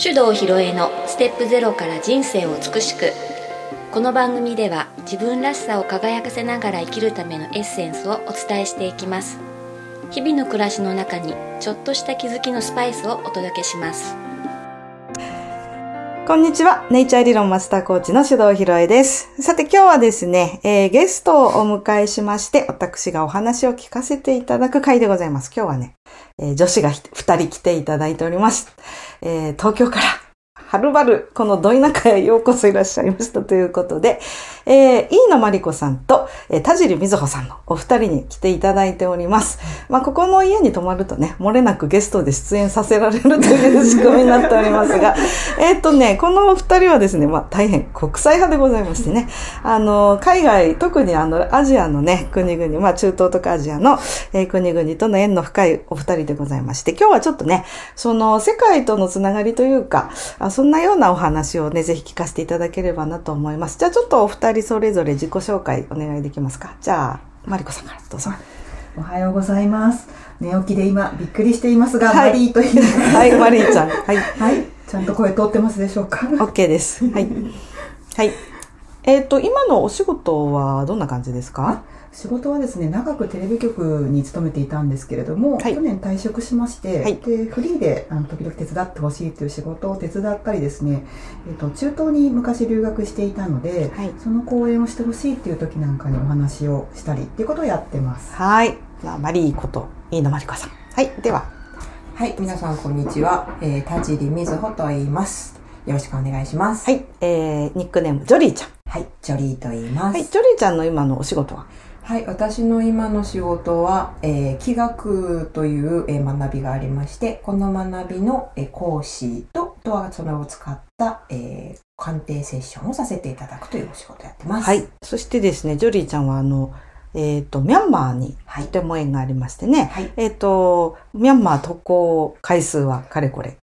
手動ひろえのステップゼロから人生を美しく。この番組では自分らしさを輝かせながら生きるためのエッセンスをお伝えしていきます。日々の暮らしの中にちょっとした気づきのスパイスをお届けします。 こんにちは。ネイチャー理論マスターコーチの手動ひろえです。さて今日はですね、ゲストをお迎えしまして、私がお話を聞かせていただく回でございます。今日はね、女子が2人来ていただいております。東京からはるばるこのど田舎へようこそいらっしゃいましたということで、飯野真理子さんと、田尻瑞穂さんのお二人に来ていただいております。ここの家に泊まるとね、漏れなくゲストで出演させられるという仕組みになっておりますが、このお二人はですね、大変国際派でございましてね、海外、特にアジアのね、国々、中東とかアジアの、国々との縁の深いお二人でございまして、今日はちょっとね、その世界とのつながりというか、そんなようなお話をね、ぜひ聞かせていただければなと思います。じゃあちょっとお二人それぞれ自己紹介お願いできますか。じゃあ、マリコさんからどうぞ。 おはようございます。寝起きで今びっくりしていますが、マリーと言います。 はい、マリーちゃん。はい。 はい。ちゃんと声通ってますでしょうか。 OK です。はい。はい。今のお仕事はどんな感じですか？ 仕事はですね、長くテレビ局に勤めていたんですけれども、去年退職しまして、でフリーで時々手伝ってほしいという仕事を手伝ったりですね、中東に昔留学していたので、その講演をしてほしいっていう時なんかにお話をしたりっていうことをやってます。 はい。マリーこと飯野真理子さん。はい。では。 はい。皆さんこんにちは。田尻瑞穂と言います。よろしくお願いします。 はい。ニックネームジョリーちゃん。 はい。ジョリーと言います。 はい。ジョリーちゃんの今のお仕事は？ はい、私の今の仕事は、気学という、学びがありまして、この学びの、講師とはそれを使った、鑑定セッションをさせていただくというお仕事をやってます。 はい。そしてですね、ジョリーちゃんはミャンマーにとても縁がありましてね、 はい、 ミャンマー渡航回数はかれこれ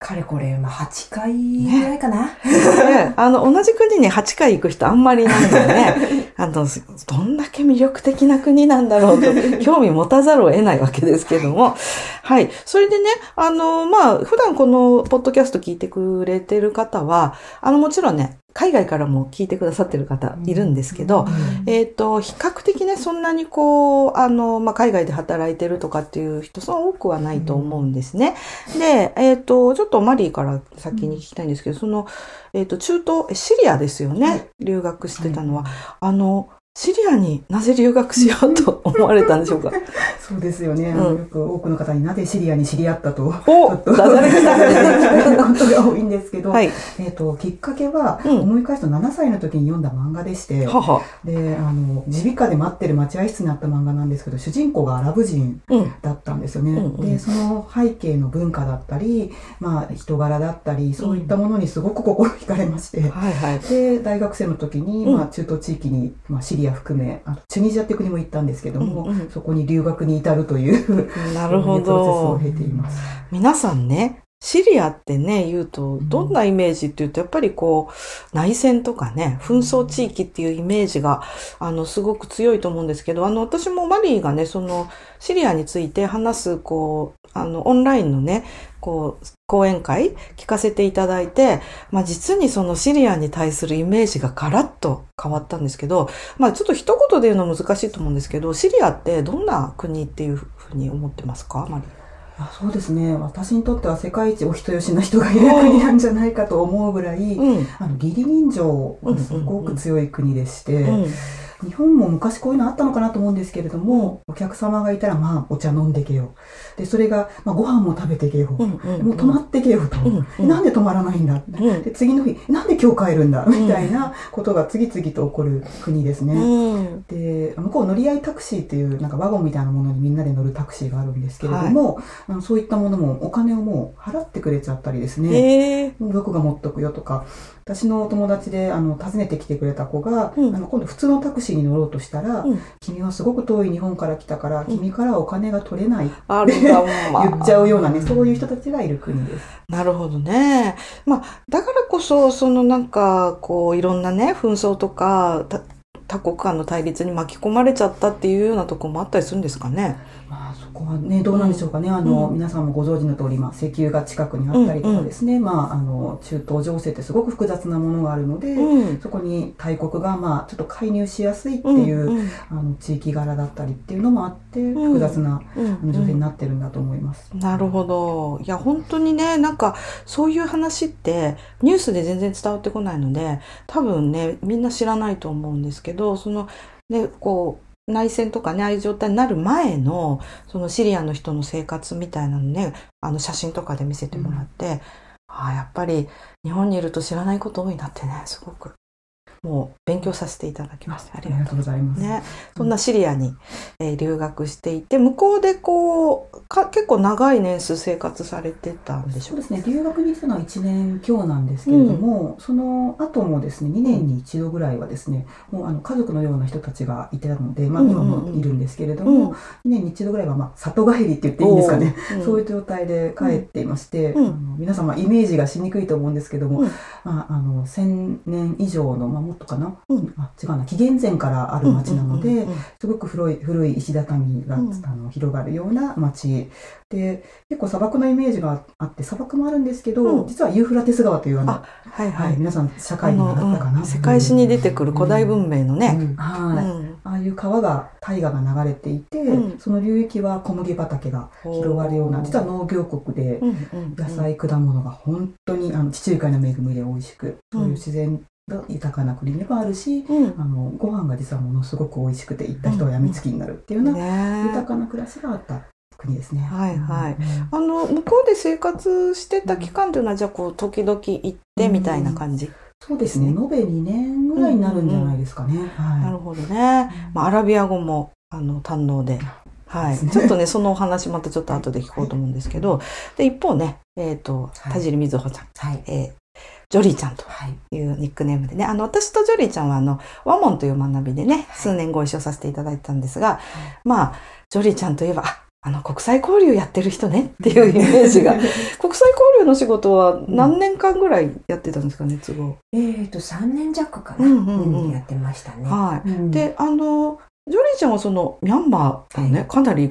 8回ぐらいかな。 同じ国に8回行く人あんまりいないのでね、どんだけ魅力的な国なんだろうと興味持たざるを得ないわけですけども、はい。それでね、普段このポッドキャスト聞いてくれてる方は、もちろんね、海外からも聞いてくださってる方いるんですけど、比較的ね、そんなに海外で働いてるとかっていう人、そう多くはないと思うんですね。で、ちょっとマリーから先に聞きたいんですけど、中東、シリアですよね、留学してたのは。シリアになぜ留学しようと思われたんでしょうか？ そうですよね。よく多くの方になぜシリアに知り合ったと、 ダジャレ来たことが多いんですけど、きっかけは、思い返すと7歳の時に読んだ漫画でして、で、耳鼻科で待ってる待合室にあった漫画なんですけど、主人公がアラブ人だったんですよね。で、その背景の文化だったり、人柄だったり、そういったものにすごく心惹かれまして、で、大学生の時に、中東地域に、シリア含め、チュニジアって国も行ったんですけども、そこに留学に至るというなるほど。 プロセスを経ています。 皆さんね、シリアってね、言うと、どんなイメージっていうと、やっぱり内戦とかね、紛争地域っていうイメージが、すごく強いと思うんですけど、私もマリーがね、シリアについて話す、オンラインのね、講演会聞かせていただいて、実にそのシリアに対するイメージがガラッと変わったんですけど、ちょっと一言で言うの難しいと思うんですけど、シリアってどんな国っていうふうに思ってますか、マリー？ そうですね。私にとっては世界一お人よしな人がいる国なんじゃないかと思うぐらい、義理人情がすごく強い国でして、日本も昔こういうのあったのかなと思うんですけれども、お客様がいたらお茶飲んでけよ。で、それが、ご飯も食べてけよ。もう泊まってけよと。なんで泊まらないんだ。で、次の日、なんで今日帰るんだみたいなことが次々と起こる国ですね。で、向こう乗り合いタクシーっていうなんかワゴンみたいなものにみんなで乗るタクシーがあるんですけれども、そういったものもお金をもう払ってくれちゃったりですね。僕が持っとくよとか。私のお友達で訪ねてきてくれた子が、今度普通のタクシーに乗ろうとしたら、君はすごく遠い日本から来たから、君からお金が取れないって言っちゃうようなね、そういう人たちがいる国です。 なるほどね。だからこそ、いろんなね、紛争とか、他国間の対立に巻き込まれちゃったっていうようなところもあったりするんですかね。 そここはね、どうなんでしょうかね。皆さんもご存知の通り、石油が近くにあったりとかですね、中東情勢ってすごく複雑なものがあるので、そこに大国がちょっと介入しやすいっていう、地域柄だったりっていうのもあって、複雑な情勢になってるんだと思います。 なるほど。いや、本当にね、なんか、そういう話って、ニュースで全然伝わってこないので、多分ね、みんな知らないと思うんですけど、ね、内戦とかね、ああいう状態になる前の、シリアの人の生活みたいなのね、写真とかで見せてもらって、やっぱり日本にいると知らないこと多いなってね、すごく。もう勉強させていただきました。 ありがとうございます。 ね、そんなシリアに、留学していて、向こうで結構長い年数生活されてたんでしょうか？ そうですね。留学に行ったのは1年強なんですけれども、その後もですね、2年に1度ぐらいはですね、もう家族のような人たちがいてたので、今もいるんですけれども、2年に1度ぐらいは里帰りって言っていいんですかね。そういう状態で帰っていまして、皆様イメージがしにくいと思うんですけども、1000年以上の、もっとかな、違うな、紀元前からある町なので、すごく古い石畳が、広がるような町で、結構砂漠のイメージがあって、砂漠もあるんですけど、実はユーフラテス川という皆さん社会に習ったかな、 世界史に出てくる古代文明のね、 ああいう川が、大河が流れていて、その流域は小麦畑が広がるような、実は農業国で、野菜果物が本当に地中海の恵みで美味しく、そういう自然豊かな国でもあるし、ご飯が実はものすごく美味しくて、行った人は病みつきになるっていうような豊かな暮らしがあった国ですね。 向こうで生活してた期間というのは、じゃあ時々行ってみたいな感じ？ そうですね。延べ2年ぐらいになるんじゃないですかね。 なるほどね。アラビア語も堪能で。ちょっとね、そのお話またちょっと後で聞こうと思うんですけど、で、一方ね、田尻瑞穂ちゃん。ジョリーちゃんというニックネームでね、私とジョリーちゃんはワモンという学びでね、数年ご一緒させていただいたんですが、ジョリーちゃんといえば、国際交流やってる人ねっていうイメージが。国際交流の仕事は何年間ぐらいやってたんですかね、都合。 3年弱かな、やってましたね。 で、ジョリーちゃんはミャンマーのね、かなり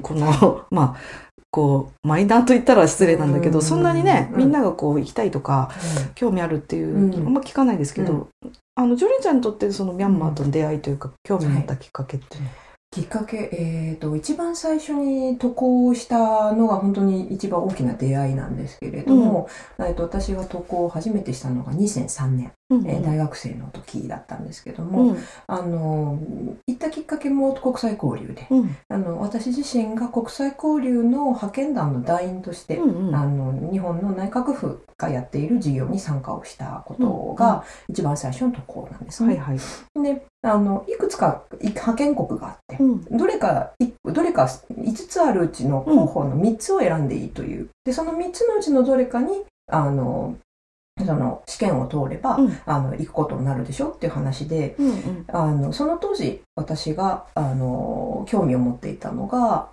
マイナーと言ったら失礼なんだけど、そんなにね、みんなが行きたいとか、興味あるっていう、あんま聞かないですけど、ジョリーちゃんにとってミャンマーとの出会いというか、興味を持ったきっかけっていうのは？ きっかけ、一番最初に渡航したのが本当に一番大きな出会いなんですけれども、私が渡航を初めてしたのが2003年、大学生の時だったんですけども、行ったきっかけも国際交流で、私自身が国際交流の派遣団の団員として、日本の内閣府がやっている事業に参加をしたことが一番最初の渡航なんですね。で、いくつか派遣国があって、どれか5つあるうちの候補の3つを選んでいいという。で、その3つのうちのどれかに、その試験を通れば、行くことになるでしょっていう話で、その当時私が興味を持っていたのが、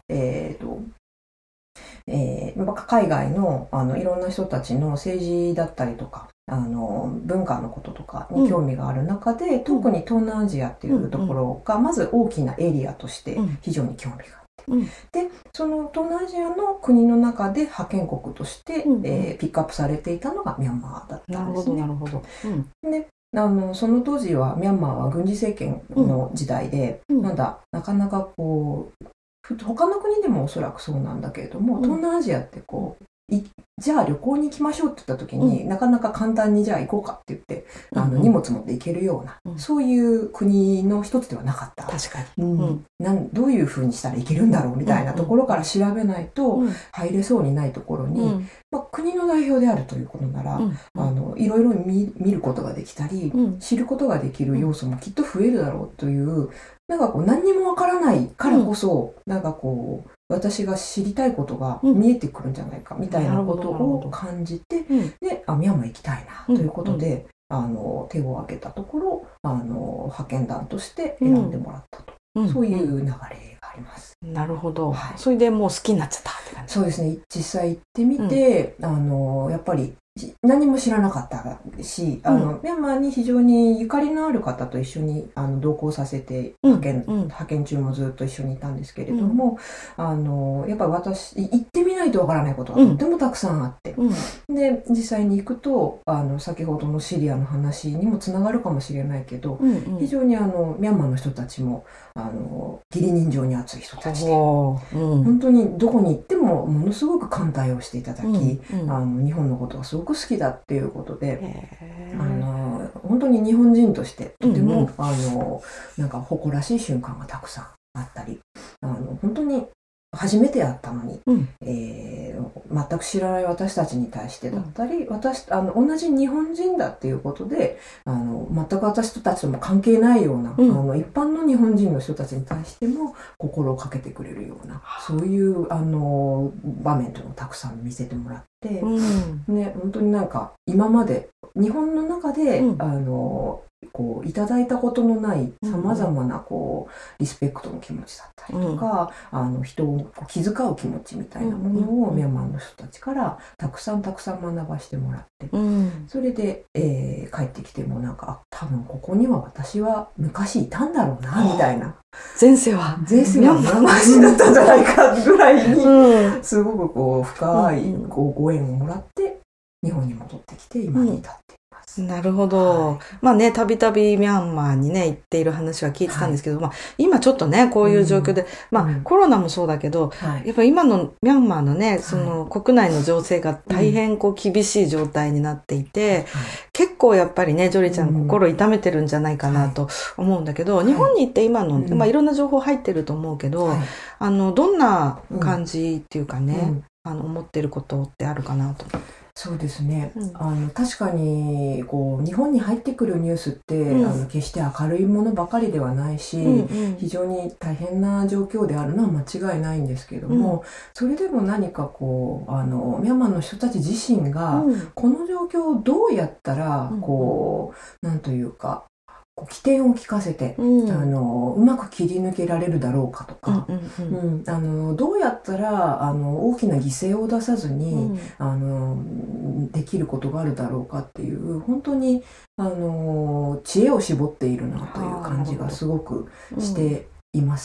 海外のいろんな人たちの政治だったりとか文化のこととかに興味がある中で、特に東南アジアっていうところがまず大きなエリアとして非常に興味があって、でその東南アジアの国の中で派遣国として、ピックアップされていたのがミャンマーだったんですね。 なるほど。 でその当時はミャンマーは軍事政権の時代で、なかなか他の国でもおそらくそうなんだけれども、東南アジアってじゃあ旅行に行きましょうって言った時に、なかなか簡単にじゃあ行こうかって言って荷物持って行けるような、そういう国の一つではなかった。 確かに、 どういうふうにしたらいけるんだろうみたいなところから調べないと入れそうにないところに、国の代表であるということなら、いろいろ見ることができたり、知ることができる要素もきっと増えるだろうという、何にもわからないからこそ、私が知りたいことが見えてくるんじゃないかみたいなことを感じて、で、ミャンマー行きたいなということで、手を挙げたところ、派遣団として選んでもらったと、そういう流れがあります。 なるほど。それでもう好きになっちゃったって感じ？ そうですね。実際行ってみて、やっぱり何も知らなかったし、ミャンマーに非常にゆかりのある方と一緒に同行させて派遣中もずっと一緒にいたんですけれども、やっぱり行ってみないとわからないことがとてもたくさんあって、で実際に行くと先ほどのシリアの話にもつながるかもしれないけど、非常にミャンマーの人たちも義理人情に熱い人たちで、本当にどこに行ってもものすごく歓待をしていただき、日本のことがすごく好きだっていうことで、本当に日本人としてとても、なんか誇らしい瞬間がたくさんあったり、本当に初めて会ったのに、全く知らない私たちに対してだったり、同じ日本人だっていうことで全く私たちとも関係ないような、一般の日本人の人たちに対しても心をかけてくれるような、そういう場面というのをたくさん見せてもらって、ね、本当になんか今まで日本の中で、こういただいたことのないさまざまなリスペクトの気持ちだったりとか、人を気遣う気持ちみたいなものをミャンマーの人たちからたくさん学ばしてもらって、それで、帰ってきてもなんか多分ここには私は昔いたんだろうなみたいな、 前世はミャンマーの話だったんじゃないかぐらいに、すごく深いご縁をもらって日本に戻ってきて今に至って。 なるほど。まあね、たびたびミャンマーにね、行っている話は聞いてたんですけど、今ちょっとね、こういう状況で、コロナもそうだけど、やっぱ今のミャンマーのね、その国内の情勢が大変厳しい状態になっていて、結構やっぱりね、ジョリちゃん心痛めてるんじゃないかなと思うんだけど、日本に行って今の、いろんな情報入ってると思うけど、どんな感じっていうかね、思ってることってあるかなと。 そうですね、確かに日本に入ってくるニュースって、決して明るいものばかりではないし、非常に大変な状況であるのは間違いないんですけれども、それでも何かミャンマーの人たち自身が、この状況をどうやったらなんというか起点を聞かせて、うまく切り抜けられるだろうかとか、どうやったら大きな犠牲を出さずに、できることがあるだろうかっていう本当に知恵を絞っているなという感じがすごくしています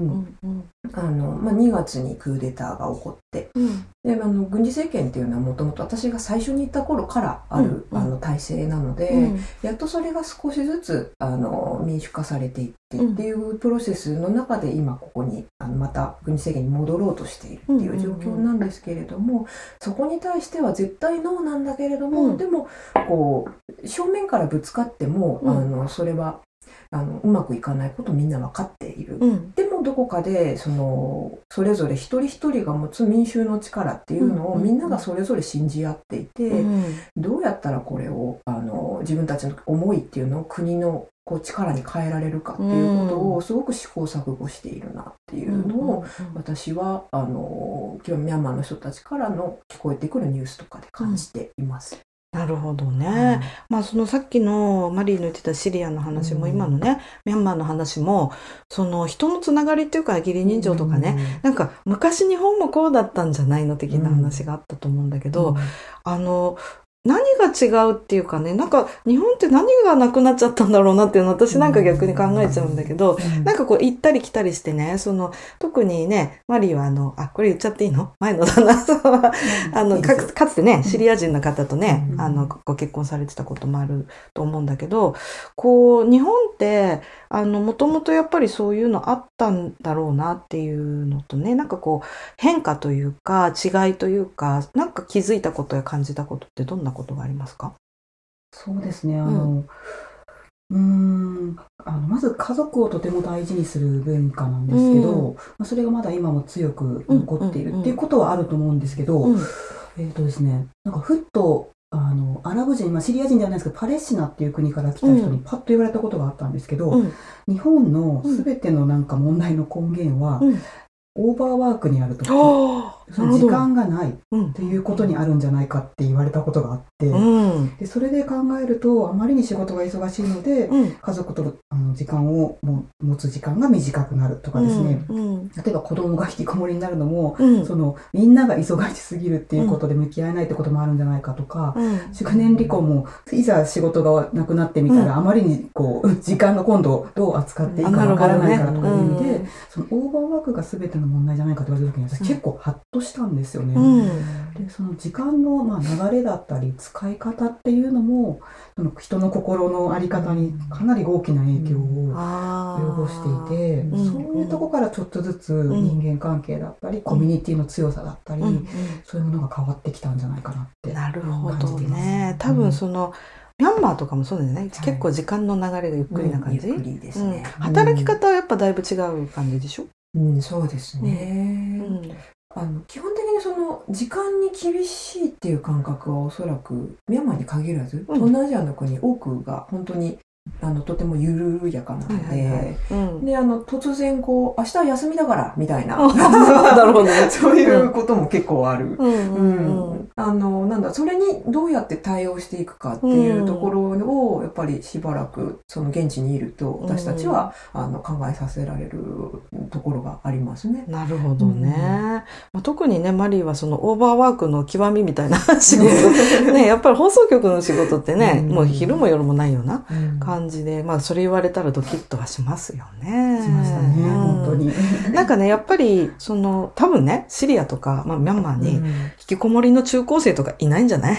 。2月にクーデターが起こって、で軍事政権っていうのはもともと私が最初に行った頃からある体制なので、やっとそれが少しずつ民主化されていってっていうプロセスの中で今ここにまた軍事政権に戻ろうとしているっていう状況なんですけれども、そこに対しては絶対ノーなんだけれども、でも正面からぶつかってもそれはうまくいかないことみんな分かっている、でもどこかでそれぞれ一人一人が持つ民衆の力っていうのをみんながそれぞれ信じ合っていて、どうやったらこれを自分たちの思いっていうのを国の力に変えられるかっていうことをすごく試行錯誤しているなっていうのを、私は今日ミャンマーの人たちからの聞こえてくるニュースとかで感じています。 なるほどね。そのさっきのマリーの言ってたシリアの話も、今のね、ミャンマーの話も、その人のつながりっていうか義理人情とかね、なんか昔日本もこうだったんじゃないの的な話があったと思うんだけど、何が違うっていうかね、なんか日本って何がなくなっちゃったんだろうなっていうのを私なんか逆に考えちゃうんだけど、なんか行ったり来たりしてね、特にね、マリーはこれ言っちゃっていいの？前の旦那さんは、かつてね、シリア人の方とね、ご結婚されてたこともあると思うんだけど、日本って、もともとやっぱりそういうのあったんだろうなっていうのとね、なんか変化というか、違いというか、なんか気づいたことや感じたことってどんなことがありますか？ そうですね。まず家族をとても大事にする文化なんですけど、それがまだ今も強く残っているっていうことはあると思うんですけど、ですね、なんかふっとアラブ人、シリア人ではないですけど、パレスチナっていう国から来た人にパッと言われたことがあったんですけど、日本のすべてのなんか問題の根源は、オーバーワークにあると。 その時間がないっていうことにあるんじゃないかって言われたことがあって、でそれで考えるとあまりに仕事が忙しいので、家族と時間を持つ時間が短くなるとかですね、例えば子供が引きこもりになるのも、そのみんなが忙しすぎるっていうことで向き合えないってこともあるんじゃないかとか、熟年離婚もいざ仕事がなくなってみたら、あまりにこう時間が今度どう扱っていいかわからないからとかいう意味で、そのオーバーワークが全ての問題じゃないかと言われた時に私結構ハッとしたんですよね。でその時間の流れだったり使い方っていうのもその人の心の在り方にかなり大きな影響を及ぼしていて、そういうとこからちょっとずつ人間関係だったり、コミュニティの強さだったり、そういうものが変わってきたんじゃないかなって感じています。 なるほどね。多分その、ミャンマーとかもそうですね、結構時間の流れがゆっくりな感じ、 ゆっくりですね。 働き方はやっぱだいぶ違う感じでしょ？ そうですね。基本的にその時間に厳しいっていう感覚はおそらくミャンマーに限らず、東南アジアの国多くが本当にとても緩やかなので、で突然こう明日は休みだからみたいななるほど、ね、 そういうことも結構ある。なんだそれにどうやって対応していくかっていうところをやっぱりしばらくその現地にいると私たちは考えさせられるところがありますね。 なるほどね。特にねマリーはそのオーバーワークの極みみたいな仕事ね、やっぱり放送局の仕事ってね、もう昼も夜もないような感じで、それ言われたらドキッとはしますよね。 しましたね、本当に。 なんかね、やっぱり、多分ね、シリアとか、ミャンマーに引きこもりの中高生とかいないんじゃない？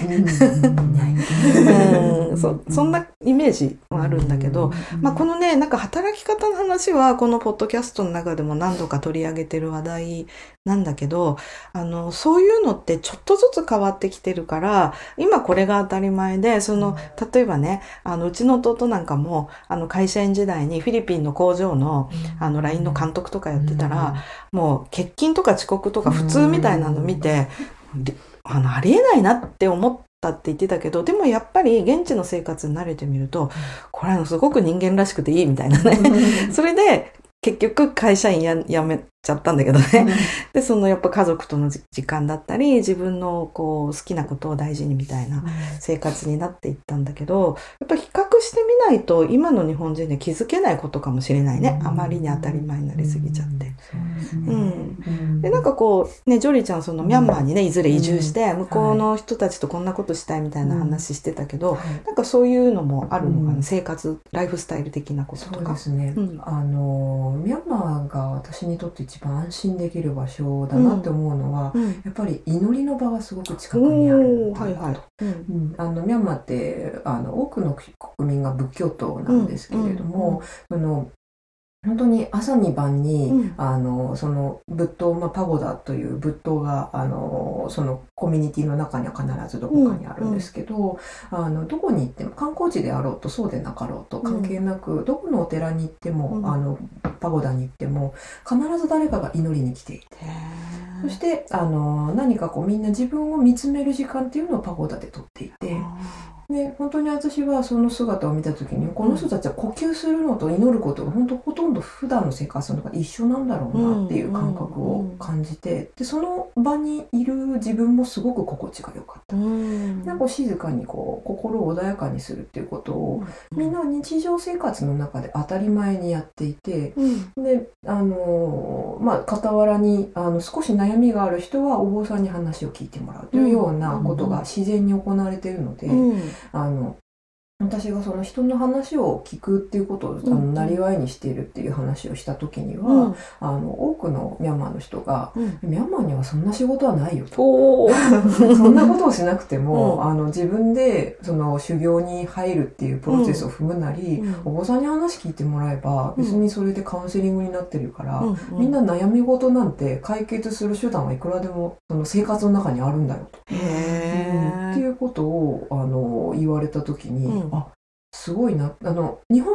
そんなイメージもあるんだけど、このね、なんか働き方の話は、このポッドキャストの中でも何度か取り上げてる話題なんだけど、そういうのってちょっとずつ変わってきてるから、今これが当たり前で、例えばね、うちの弟なんかも、会社員時代にフィリピンの工場の、LINE の監督とかやってたら、もう欠勤とか遅刻とか普通みたいなの見て、ありえないなって思ったって言ってたけど、でもやっぱり現地の生活に慣れてみると、これすごく人間らしくていいみたいなね。それで、結局会社員辞めちゃったんだけどね。で、やっぱ家族との時間だったり、自分の好きなことを大事にみたいな生活になっていったんだけど、やっぱ比較してみないと今の日本人で気づけないことかもしれないね。あまりに当たり前になりすぎちゃって。で、なんかジョリーちゃんミャンマーにね、いずれ移住して、向こうの人たちとこんなことしたいみたいな話してたけど、なんかそういうのもあるのかな、生活、ライフスタイル的なこととか。 そうですね。ミャンマーが私にとって一番安心できる場所だなって思うのは、やっぱり祈りの場がすごく近くにあるっていうこと。ミャンマーって多くの国民が仏教徒なんですけれども、本当に朝に晩に、その仏塔、パゴダという仏塔がそのコミュニティの中には必ずどこかにあるんですけど、どこに行っても観光地であろうとそうでなかろうと関係なく、どこのお寺に行っても、パゴダに行っても必ず誰かが祈りに来ていて、そして何かみんな自分を見つめる時間っていうのをパゴダでとっていて。で本当に私はその姿を見た時にこの人たちは呼吸するのと祈ることがほとんど普段の生活の中で一緒なんだろうなっていう感覚を感じて、でその場にいる自分もすごく心地が良かった。なんか静かに心を穏やかにするっていうことをみんな日常生活の中で当たり前にやっていて、で傍らに少し悩みがある人はお坊さんに話を聞いてもらうというようなことが自然に行われているので、私がその人の話を聞くっていうことをなりわいにしているっていう話をした時には、多くのミャンマーの人が、ミャンマーにはそんな仕事はないよとそんなことをしなくても、自分でその修行に入るっていうプロセスを踏むなり、お坊さんに話聞いてもらえば別にそれでカウンセリングになってるから、みんな悩み事なんて解決する手段はいくらでもその生活の中にあるんだよと、っていうことを言われた時に、すごいな。日本も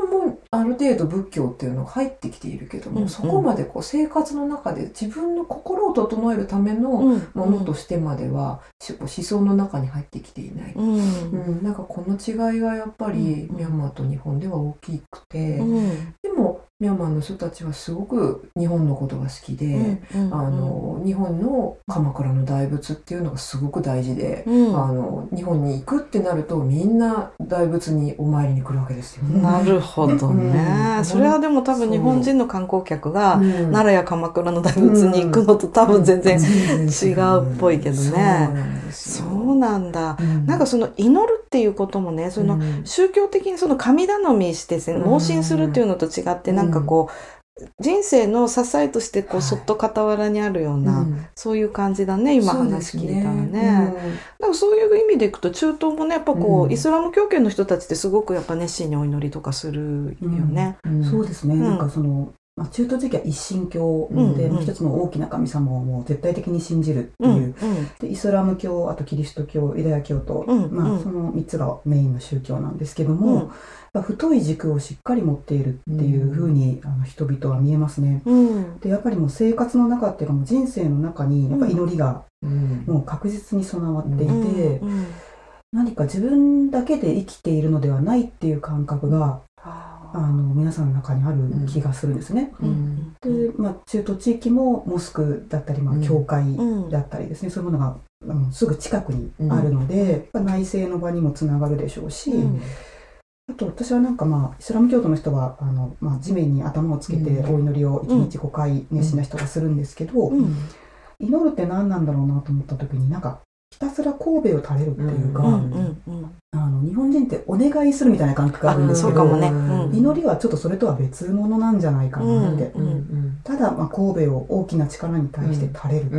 ある程度仏教っていうのが入ってきているけども、そこまでこう生活の中で自分の心を整えるためのものとしてまでは思想の中に入ってきていない、なんかこの違いがやっぱりミャンマーと日本では大きくて、でもミャンマーの人たちはすごく日本のことが好きで、日本の鎌倉の大仏っていうのがすごく大事で、日本に行くってなるとみんな大仏にお参りに来るわけですよ。 なるほどね、それはでも多分日本人の観光客が奈良や鎌倉の大仏に行くのと多分全然違うっぽいけどね。そうなんだ、なんかその祈るっていうこともね、その宗教的にその神頼みして盲信するっていうのと違って、なんかこう人生の支えとしてこうそっと傍らにあるような、そういう感じだね、今話聞いたらね。だからそういう意味でいくと中東もね、やっぱこう、イスラム教圏の人たちってすごくやっぱ熱心にお祈りとかするよね。 そうですね、なんかその中東時期は一神教で、一つの大きな神様をもう絶対的に信じるっていう、でイスラム教、あとキリスト教、ユダヤ教と、その3つがメインの宗教なんですけども、太い軸をしっかり持っているっていう風に人々は見えますね。でやっぱりもう生活の中っていうかもう人生の中にやっぱ祈りがもう確実に備わっていて、何か自分だけで生きているのではないっていう感覚が皆さんの中にある気がするんですね。で、中東地域もモスクだったり、教会だったりですね、そういうものがすぐ近くにあるので、内政の場にもつながるでしょうし、あと私はなんかイスラム教徒の人は地面に頭をつけてお祈りを1日5回熱心な人がするんですけど、祈るって何なんだろうなと思った時に、なんかひたすら神戸を垂れるっていうか、日本人ってお願いするみたいな感覚があるんですけど、祈りはちょっとそれとは別物なんじゃないかなって、ただ神戸を大きな力に対して垂れるっていう、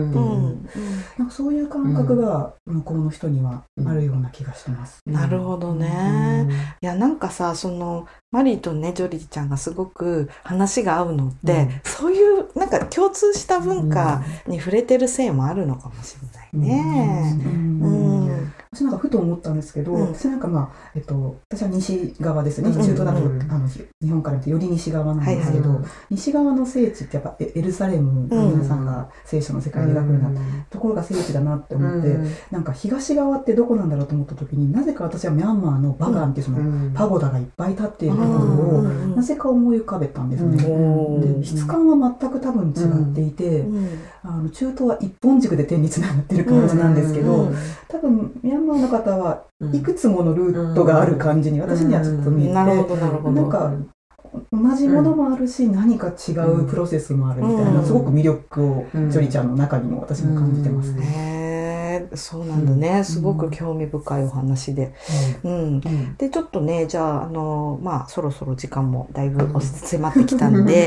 なんかそういう感覚が向こうの人にはあるような気がしてます。 なるほどね。いやなんかさ、そのマリーとねジョリーちゃんがすごく話が合うのって、そういうなんか共通した文化に触れてるせいもあるのかもしれないね。 私なんかふと思ったんですけど、私なんか私は西側ですね、中東だと日本から見てより西側なんですけど、西側の聖地ってやっぱエルサレム、皆さんが聖書の世界で描くようなところが聖地だなって思って、なんか東側ってどこなんだろうと思った時に、なぜか私はミャンマーのバガンっていうそのパゴダがいっぱい立っているところをなぜか思い浮かべたんですね。で質感は全く多分違っていて、中東は一本軸で点につながってる感じなんですけど、多分ミャンマーの方はいくつものルートがある感じに私にはちょっと見えて、なんか同じものもあるし、何か違うプロセスもあるみたいな、すごく魅力をジョリちゃんの中にも私も感じてますね。 そうなんだね、すごく興味深いお話で、でちょっとね、じゃあそろそろ時間もだいぶ迫ってきたんで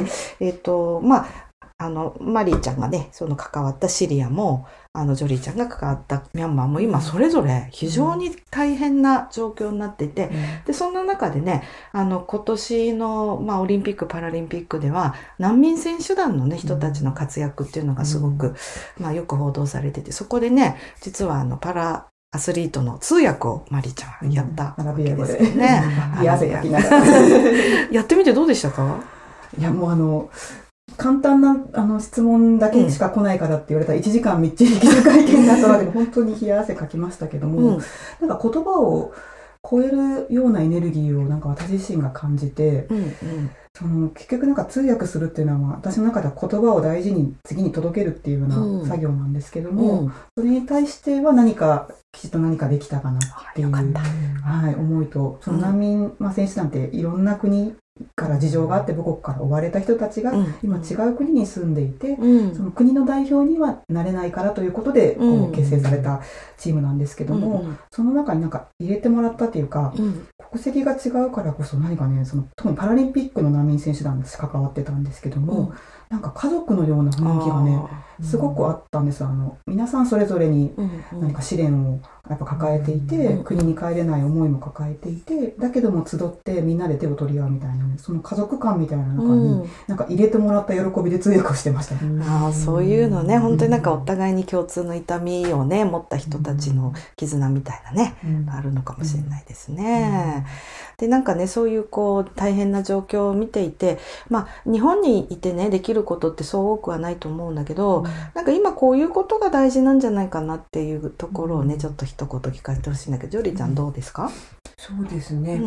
マリーちゃんがね、その関わったシリアも、ジョリーちゃんが関わったミャンマーも今それぞれ非常に大変な状況になっていて、で、そんな中でね、今年の、オリンピック・パラリンピックでは、難民選手団のね、人たちの活躍っていうのがすごく、よく報道されてて、そこでね、実はパラアスリートの通訳をマリーちゃんはやったわけですよね。 汗かきながら。 やってみてどうでしたか？ いや、もう簡単な質問だけしか来ないからって言われたら1時間みっちり記者会見だったので、本当に冷や汗かきましたけども、なんか言葉を超えるようなエネルギーをなんか私自身が感じて、結局なんか通訳するっていうのは、私の中では言葉を大事に次に届けるっていうような作業なんですけども、それに対してはきちっと何かできたかなっていう、思いと、その難民、選手団っていろんな国から事情があって母国から追われた人たちが今違う国に住んでいて、その国の代表にはなれないからということで結成されたチームなんですけども、その中になんか入れてもらったっていうか、国籍が違うからこそ何かね、特にパラリンピックの難民選手団に関わってたんですけども、なんか家族のような雰囲気がねすごくあったんです。皆さんそれぞれに何か試練をやっぱ抱えていて、国に帰れない思いも抱えていて、だけども集ってみんなで手を取り合うみたいな、ね、その家族感みたいな中に、なんか入れてもらった喜びで通訳をしてましたね。 そういうのね、本当になんかお互いに共通の痛みをね、持った人たちの絆みたいなね、あるのかもしれないですね。で、なんかね、そういうこう大変な状況を見ていて、日本にいてね、できることってそう多くはないと思うんだけど、なんか今こういうことが大事なんじゃないかなっていうところをね、ちょっと一言聞かせてほしいんだけど、ジョリーちゃんどうですか？ そうですね。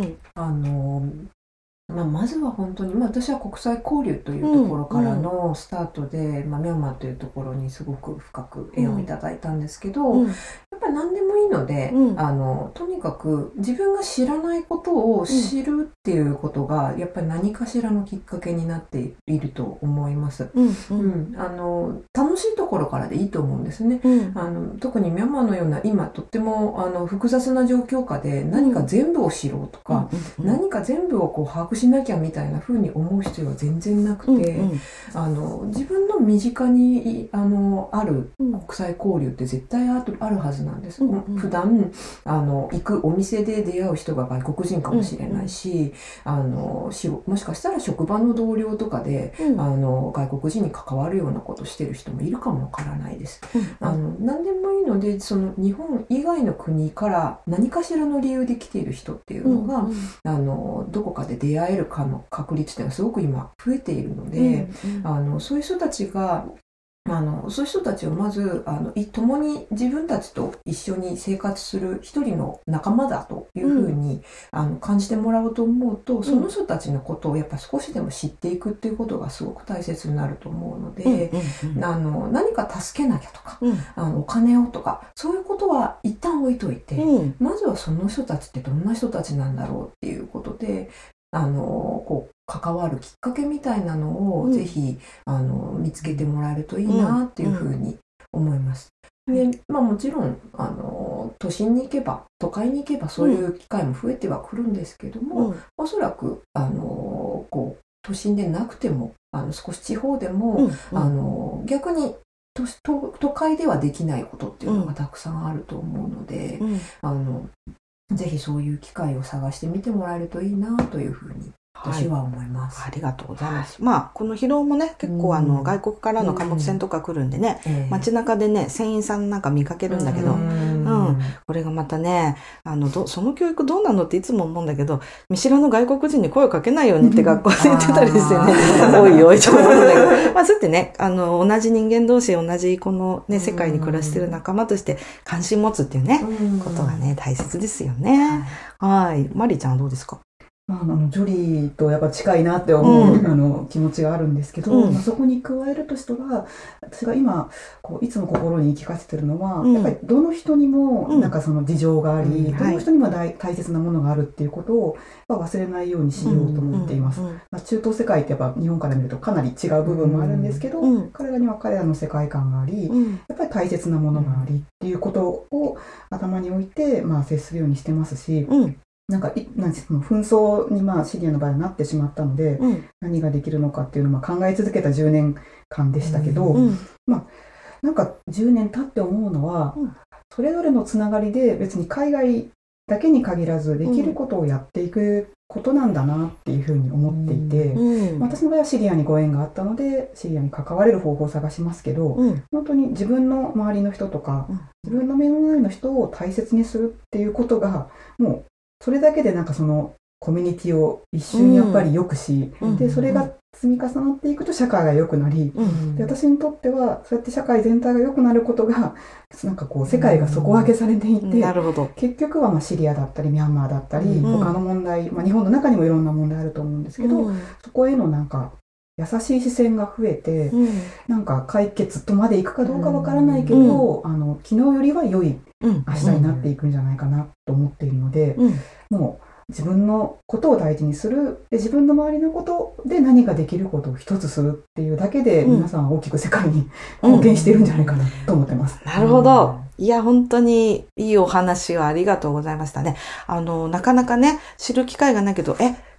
まずは本当に、私は国際交流というところからのスタートで、ミャンマーというところにすごく深く縁をいただいたんですけど、やっぱり何でもいいので、とにかく自分が知らないことを知るっていうことが、やっぱり何かしらのきっかけになっていると思います。楽しいところからでいいと思うんですね。特にミャンマーのような今とっても複雑な状況下で何か全部を知ろうとか、何か全部をこう把握しなきゃみたいな風に思う必要は全然なくて、自分の身近にある国際交流って絶対あるはずなんです。普段行くお店で出会う人が外国人かもしれないし、もしかしたら職場の同僚とかで、外国人に関わるようなことしてる人もいるかもわからないです。何でもいいので、その日本以外の国から何かしらの理由で来ている人っていうのが、どこかで出会えるかの確率っていうのはすごく今増えているので、そういう人たちがそういう人たちをまず共に自分たちと一緒に生活する一人の仲間だというふうに感じてもらおうと思うと、その人たちのことをやっぱ少しでも知っていくっていうことがすごく大切になると思うので、何か助けなきゃとか、お金をとかそういうことは一旦置いといて、まずはその人たちってどんな人たちなんだろうっていうことでこう関わるきっかけみたいなのをぜひ見つけてもらえるといいなっていうふうに思います。で、もちろん都心に行けば都会に行けばそういう機会も増えてはくるんですけども、おそらくこう都心でなくても少し地方でも、逆に都会ではできないことっていうのがたくさんあると思うので、ぜひそういう機会を探してみてもらえるといいなというふうに私は思います。 ありがとうございます。この広尾もね、結構外国からの貨物船とか来るんでね、街中でね、船員さんなんか見かけるんだけど、これがまたね、その教育どうなのっていつも思うんだけど、見知らぬ外国人に声をかけないようにって学校で言ってたりしてね、おいおいと思うんだけど、そうやってね、同じ人間同士、同じこのね、世界に暮らしてる仲間として関心持つっていうね、ことがね、大切ですよね。はい。マリーちゃんはどうですか？ ジョリーとやっぱ近いなって思う、気持ちがあるんですけど、そこに加えるとしたら、私が今いつも心に言い聞かせてるのは、やっぱりどの人にもなんかその事情があり、どの人にも大切なものがあるっていうことを忘れないようにしようと思っています。中東世界ってやっぱ日本から見るとかなり違う部分もあるんですけど、彼らには彼らの世界観があり、やっぱり大切なものがありっていうことを頭に置いて接するようにしてますし、なんかその紛争にシリアの場合はなってしまったので、何ができるのかっていうのを考え続けた10年間でしたけど、なんか10年経って思うのは、それぞれのつながりで別に海外だけに限らずできることをやっていくことなんだなっていうふうに思っていて、私の場合はシリアにご縁があったのでシリアに関われる方法を探しますけど、本当に自分の周りの人とか、自分の目の前の人を大切にするっていうことがもうそれだけでなんかそのコミュニティを一瞬やっぱり良くし、でそれが積み重なっていくと社会が良くなり、で私にとってはそうやって社会全体が良くなることがなんか世界が底上げされていて、結局はシリアだったりミャンマーだったり、他の問題、日本の中にもいろんな問題あると思うんですけど、そこへのなんか優しい視線が増えて、なんか解決とまでいくかどうかわからないけど、昨日よりは良い明日になっていくんじゃないかなと思っているので、もう自分のことを大事にする、で自分の周りのことで何かできることを一つするっていうだけで、皆さんは大きく世界に貢献しているんじゃないかなと思ってます。 なるほど。いや、本当にいいお話をありがとうございましたね。なかなかね、知る機会がないけど、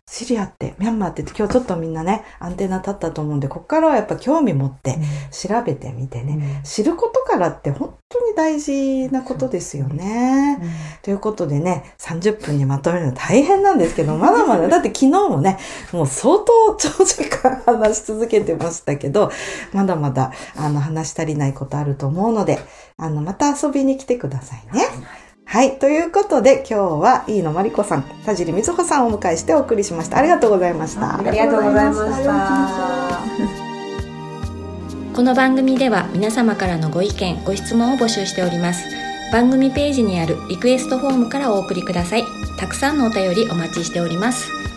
シリアってミャンマーって今日ちょっとみんなねアンテナ立ったと思うんで、ここからはやっぱ興味持って調べてみてね、知ることからって本当に大事なことですよね、ということでね、30分にまとめるの大変なんですけど、まだまだだって昨日もねもう相当長時間話し続けてましたけど、まだまだ話し足りないことあると思うので、また遊びに来てくださいね。はい。ということで、今日は飯野真理子さん、田尻瑞穂さんをお迎えしてお送りしました。ありがとうございました。 ありがとうございました。 この番組では皆様からのご意見、ご質問を募集しております。番組ページにあるリクエストフォームからお送りください。たくさんのお便りお待ちしております。